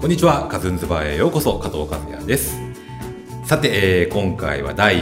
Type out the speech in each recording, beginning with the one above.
こんにちは、カズンズバーへようこそ。加藤和也です。さて、今回は第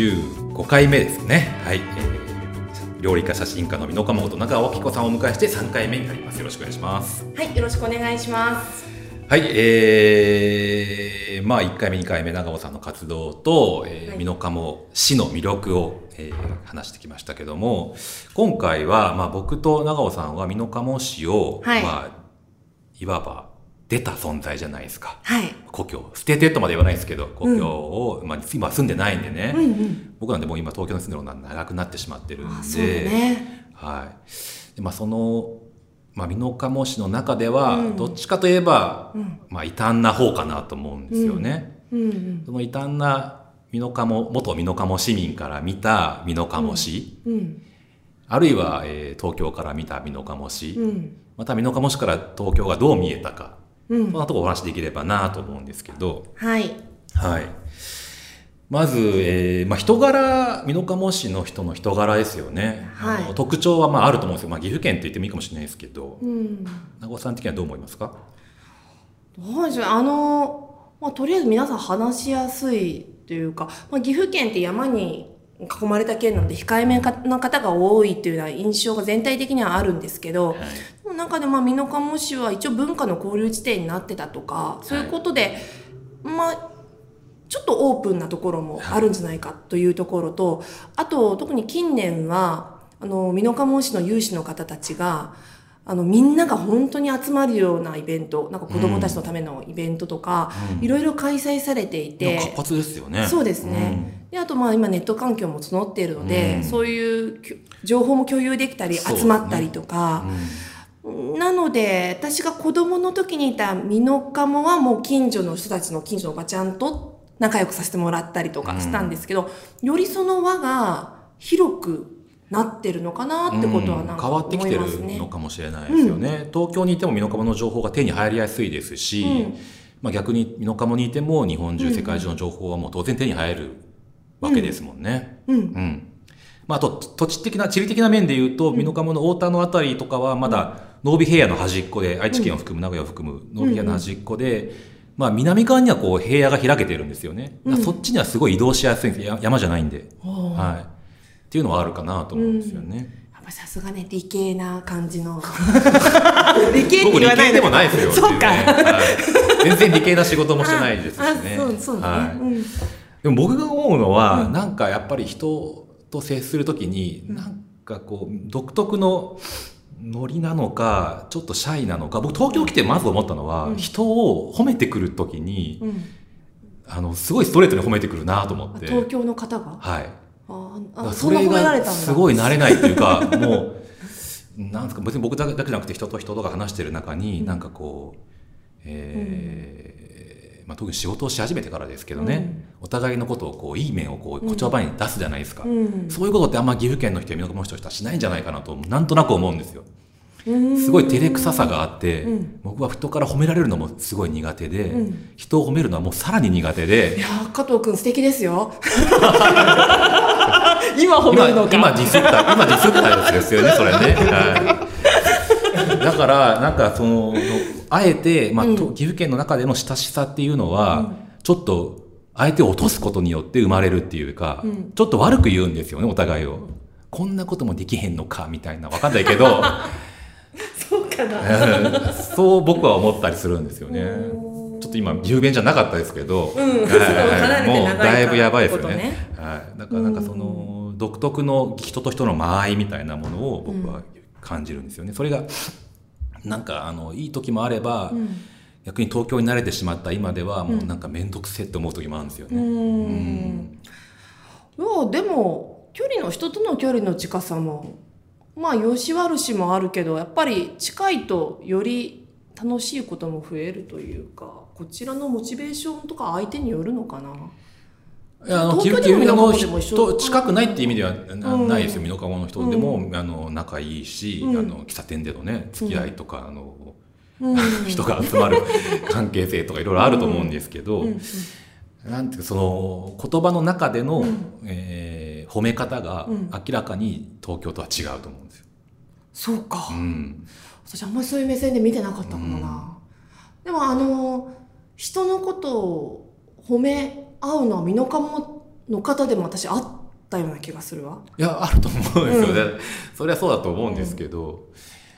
15回目ですね。はい、料理家写真家の美濃加茂と中尾紀子さんをお迎えして3回目になります。よろしくお願いします。 はい、よろしくお願いします。 はい、1回目2回目長尾さんの活動と、美濃加茂市の魅力を、話してきましたけども、今回は、僕と長尾さんは美濃加茂市を、いわば出た存在じゃないですか。 はい。 故郷捨ててとまで言わないですけど、故郷を、今住んでないんでね、僕なんでもう今東京に住んでるのが長くなってしまってるんで、 そうね。 はい。で、美濃加茂市の中では、どっちかといえば、異端な方かなと思うんですよね。その異端な元美濃加茂市民から見た美濃加茂市、あるいは、東京から見た美濃加茂市、また美濃加茂市から東京がどう見えたか、そんなところお話できればなと思うんですけど、 はい。 はい。まず、人柄、美濃加茂市の人の人柄ですよね。 はい、 特徴はあると思うんですよ。岐阜県って言ってもいいかもしれないですけど、長尾さん的にはどう思いますか？ どうでしょう。とりあえず皆さん話しやすいというか、岐阜県って山に囲まれた県なので控えめな方が多いというような印象が全体的にはあるんですけど、中で美濃加茂市は一応文化の交流地点になってたとか、そういうことで、ちょっとオープンなところもあるんじゃないかというところと、あと特に近年は美濃加茂市の有志の方たちがみんなが本当に集まるようなイベント、なんか子供たちのためのイベントとか、いろいろ開催されていて、 活発ですよね。 そうですね。で、あと今ネット環境も整っているので、そういう情報も共有できたり、集まったりとか、なので私が子供の時にいた美濃加茂はもう近所の人たちの近所のおばちゃんと仲良くさせてもらったりとかしたんですけど、よりその輪が広くなってるのかなってことはなんか思いますね。 変わってきてるのかもしれないですよね。東京にいても美濃加茂の情報が手に入りやすいですし、逆に美濃加茂にいても日本中、世界中の情報はもう当然手に入るわけですもんね。あと地理的な面で言うと、美濃加茂の太田のあたりとかはまだ濃尾平野の端っこで、愛知県を含む名古屋を含む濃尾平野の端っこで、南側にはこう平野が開けてるんですよね。そっちにはすごい移動しやすいんです。山じゃないんで。はい。っていうのはあるかなと思うんですよね。 やっぱさすがね、理系な感じの。 理系って言わない。僕理系でもないですよ。 そうか。 全然理系な仕事もしてないですしね。 そうね。 でも僕が思うのは、なんかやっぱり人と接するときに、なんかこう、独特のノリなのか、ちょっとシャイなのか、僕東京来てまず思ったのは、人を褒めてくるときに、すごいストレートに褒めてくるなと思って。 東京の方が？ はい。 それがすごい慣れないっていうか、もう、なんですか、別に僕だけじゃなくて人と人とが話してる中に、なんかこう、特に仕事をし始めてからですけどね、お互いのことをこういい面をこう言葉に出すじゃないですか。そういうことってあんま岐阜県の人や美濃加茂の人はしないんじゃないかなと、なんとなく思うんですよ。すごい照れくささがあって、僕は人から褒められるのもすごい苦手で、人を褒めるのはもうさらに苦手で。 いや加藤くん素敵ですよ。今褒めるのか。 今ディスったやつですよね、それね。だからなんかあえて、岐阜県の中での親しさっていうのは、ちょっと相手を落とすことによって生まれるっていうか、ちょっと悪く言うんですよね、お互いを。こんなこともできへんのかみたいな、わかんないけど。 そうかな。 そう僕は思ったりするんですよね。ちょっと今雄弁じゃなかったですけど、もうだいぶやばいですよね。だからなんか独特の人と人の間合いみたいなものを僕は感じるんですよね。それがなんかいい時もあれば、逆に東京に慣れてしまった今ではもうなんか面倒くせって思う時もあるんですよね。 いやでも人との距離の近さも良し悪しもあるけど、やっぱり近いとより楽しいことも増えるというか、こちらのモチベーションとか相手によるのかな。 岐阜県の人近くないっていう意味ではないですよ。美濃加茂の人でも仲いいし、喫茶店でのね付き合いとか人が集まる関係性とかいろいろあると思うんですけど、なんていうか言葉の中での褒め方が明らかに東京とは違うと思うんですよ。 そうか。私あんまりそういう目線で見てなかったかもな。 でも人のことを褒め合うのは美濃加茂の方でも私あったような気がするわ。 いや、あると思うんですよね、それはそうだと思うんですけど、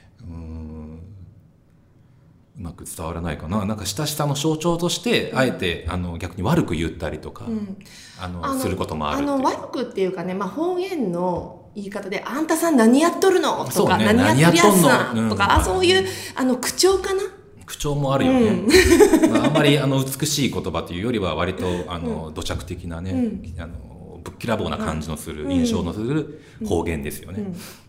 うまく伝わらないかな。なんか親しさの象徴としてあえて逆に悪く言ったりとか、することもあるっていう。 悪くっていうかね、方言の言い方であんたさん何やっとるのとか、 ね、 何やっとるやつさんとか、そういう口調かな。 口調もあるよね、あんまり美しい言葉というよりは割と土着的なね、ぶっきらぼうな感じのする、印象のする方言ですよね。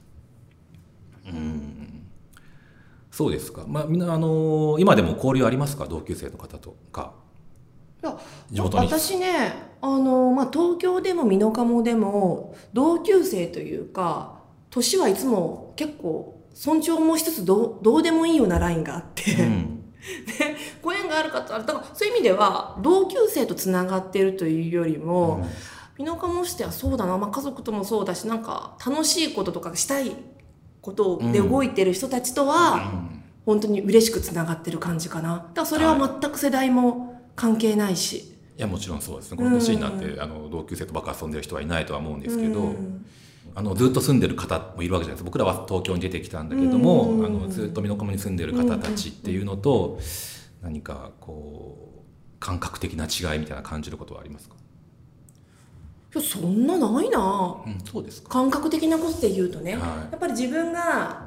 そうですか。みんな今でも交流ありますか、同級生の方とか。 いや、地元に。私ね、東京でも美濃加茂でも同級生というか、年はいつも結構尊重もしつつどうでもいいようなラインがあって、でご縁がある方だからそういう意味では同級生とつながっているというよりも、美濃加茂市ではそうだな、家族ともそうだし、なんか楽しいこととかしたいことで動いてる人たちとは本当に嬉しくつながってる感じかな。だからそれは全く世代も関係ないし、いやもちろんそうですね。この年になって同級生とばっか遊んでる人はいないとは思うんですけど、ずっと住んでる方もいるわけじゃないですか。僕らは東京に出てきたんだけども、ずっと美濃加茂に住んでる方たちっていうのと、何かこう感覚的な違いみたいな感じることはありますか？ いや、そんなないな、 そうですか。 感覚的なことで言うとね、やっぱり自分が、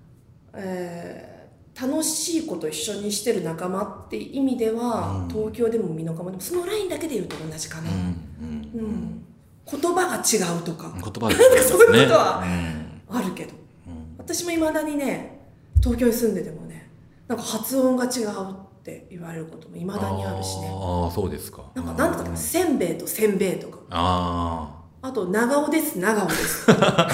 楽しいこと一緒にしてる仲間って意味では、東京でも美濃加茂でもそのラインだけで言うと同じかな。言葉が違うとか、 言葉が違う、ね、 そういうことはあるけど、私もいまだにね、東京に住んでてもね、なんか発音が違うって言われることもいまだにあるしね。 ああ、そうですか。 なんだったかな、せんべいとせんべいとか、あと長尾です長尾です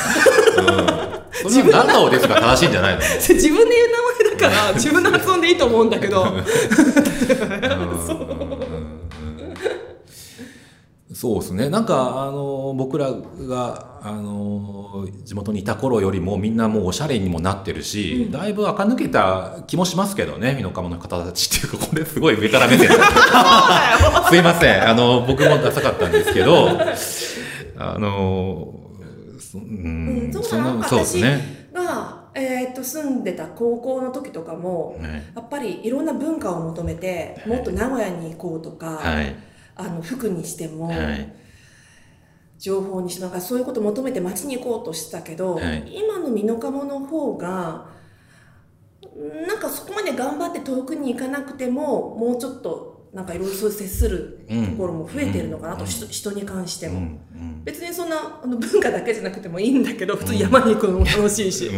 自分長尾ですが正しいんじゃないの？ 自分で言う名前だから自分の発音でいいと思うんだけどそうですね。なんか僕らが地元にいた頃よりもみんなもうおしゃれにもなってるし、だいぶ垢抜けた気もしますけどね、美濃加茂の方たちっていうか、これすごい上から目線すいません、僕もダサかったんですけど、 そうですね。私が住んでた高校の時とかも、やっぱりいろんな文化を求めて、もっと名古屋に行こうとか、服にしても、情報にしてもそういうことを求めて街に行こうとしてたけど、今の美濃加茂の方がなんかそこまで頑張って遠くに行かなくても、もうちょっとなんかいろいろ接するところも増えてるのかなと、人に関しても、別にそんな文化だけじゃなくてもいいんだけど、普通山に行くのも楽しいし、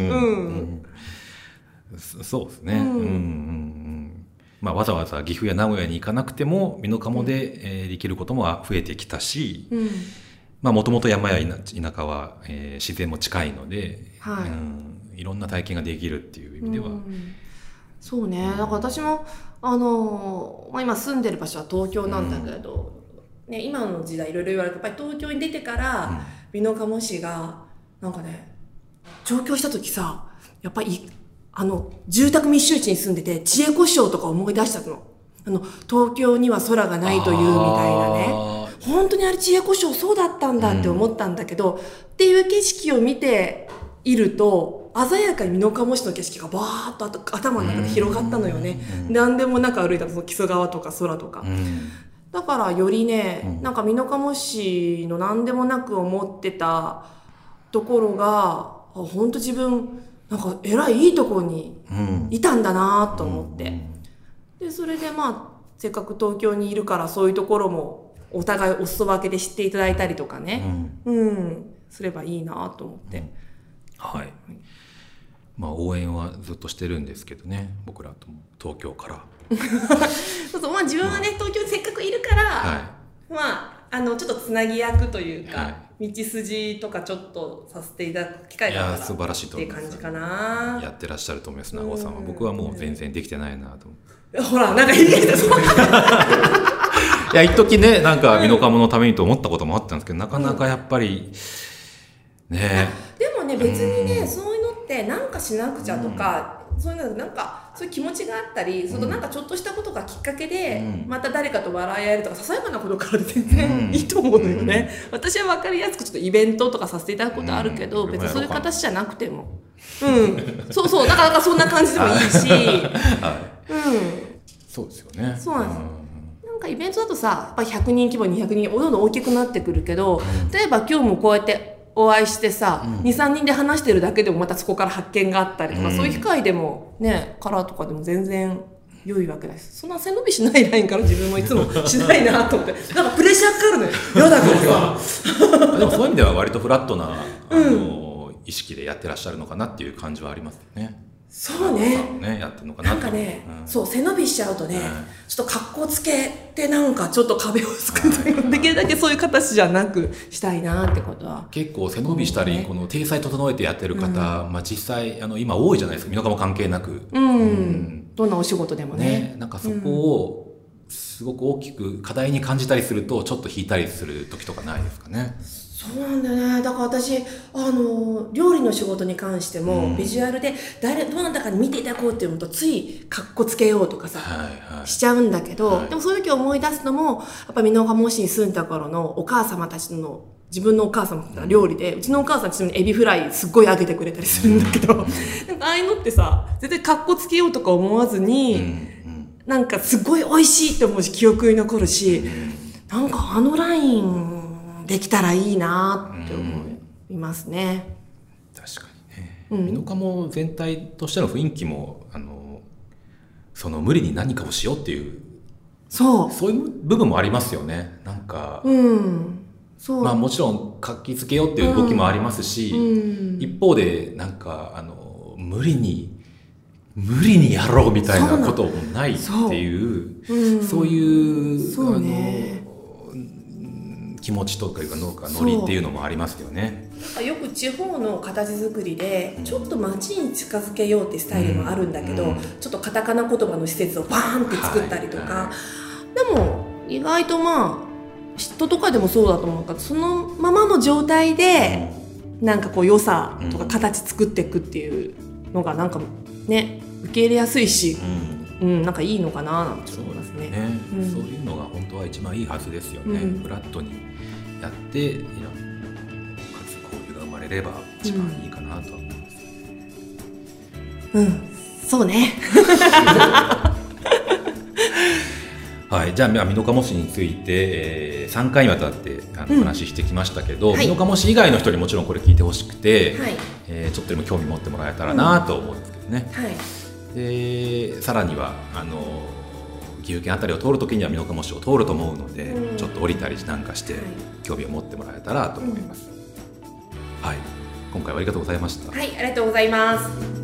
そうですね。わざわざ岐阜や名古屋に行かなくても美濃加茂で、できることも増えてきたし、もともと山や田舎は、自然も近いので、いろんな体験ができるっていう意味では、 そうね。だから私も今住んでる場所は東京なんだけど、今の時代いろいろ言われて、やっぱり東京に出てから美濃加茂市がなんかね、上京した時さ、やっぱり住宅密集地に住んでて、知恵子師匠とか思い出したの。東京には空がないというみたいなね。本当にあれ知恵子師匠そうだったんだって思ったんだけど、っていう景色を見ていると、鮮やかに美濃加茂市の景色がバーッと頭の中で広がったのよね。何でもなく歩いたその木曽川とか空とか。だからよりね、なんか美濃加茂市の何でもなく思ってたところが、本当自分、なんかえらいいいとこにいたんだなと思って、でそれでせっかく東京にいるからそういうところもお互いお裾分けで知っていただいたりとかね、すればいいなと思って、 応援はずっとしてるんですけどね、僕らとも東京からそうそう、自分はね、東京にせっかくいるから、ちょっとつなぎ役というか、道筋とかちょっとさせていただく機会があったら素晴らしいと思います。 っていう感じかな。 やってらっしゃると思います、長尾さんは。僕はもう全然できてないなと思って。ほら、なんかいいですね。 いや、一時ね、なんか美濃加茂のためにと思ったこともあったんですけど、なかなかやっぱりね。 でもね、別にね、そういうのっってなんかしなくちゃとか、そういうのなんかそういう気持ちがあったり、そのなんかちょっとしたことがきっかけで、また誰かと笑い合えるとか、ささやかなことからで全然いいと思うのよね。私は分かりやすくちょっとイベントとかさせていただくことあるけど、別にそういう形じゃなくても、そうそう、なかなかそんな感じでもいいし、 そうですよね。 そうなんです。なんかイベントだとさ、やっぱり100人規模、200人、どんどん大きくなってくるけど、例えば今日もこうやってお会いしてさ、2、3人で話してるだけでもまたそこから発見があったりとか、そういう機会でもね、カラーとかでも全然良いわけです。そんな背伸びしないラインから自分もいつもしないなと思って、なんかプレッシャーかかるのよ。嫌だからさ。 でもそういう意味では割とフラットな、意識でやってらっしゃるのかなっていう感じはありますよね。 そうね。 やってるのかな。 なんかね、そう背伸びしちゃうとね、ちょっと格好つけてなんかちょっと壁を作って、できるだけそういう形じゃなくしたいなってことは。 結構背伸びしたり、この体裁整えてやってる方、実際今多いじゃないですか。美濃加茂関係なく。 どんなお仕事でもね。 なんかそこをすごく大きく課題に感じたりすると、ちょっと引いたりする時とかないですかね。 そうなんだよね。だから私料理の仕事に関しても、ビジュアルでどなたかに見ていただこうっていうのと、ついかっこつけようとかさ、しちゃうんだけど、でもそういう時思い出すのも、やっぱ美濃加茂市に住んだ頃のお母様たちの、自分のお母様の料理で、うちのお母さんちなみにエビフライすっごい揚げてくれたりするんだけど、なんかああいうのってさ、絶対かっこつけようとか思わずに、なんかすごい美味しいって思うし、記憶に残るし、なんかあのラインできたらいいなって思いますね。 確かにね。美濃加茂全体としての雰囲気もその無理に何かをしようっていうそういう部分もありますよね。なんか、もちろん活気づけようっていう動きもありますし、一方でなんか無理にやろうみたいなこともないっていう、そういう気持ちとかいうかノリっていうのもありますよね。 よく地方の形作りでちょっと街に近づけようってスタイルもあるんだけど、ちょっとカタカナ言葉の施設をバーンって作ったりとか、でも意外と嫉妬とかでもそうだと思うから、そのままの状態でなんかこう良さとか形作っていくっていうのがなんかね、受け入れやすいし、なんかいいのかななんて思いますね。 そういうのが本当は一番いいはずですよね。フラットにやってかつ交流が生まれれば一番いいかなとは思います。 そうね。 はい、じゃあ美濃加茂市について、3回にわたってお話ししてきましたけど、美濃加茂市以外の人にもちろんこれ聞いてほしくて、ちょっとでも興味持ってもらえたらなと思うんですけどね。でさらには岐阜県あたりを通るときには美濃加茂市を通ると思うので、ちょっと降りたりなんかして興味を持ってもらえたらと思います。はい、今回はありがとうございました。 はい、ありがとうございます。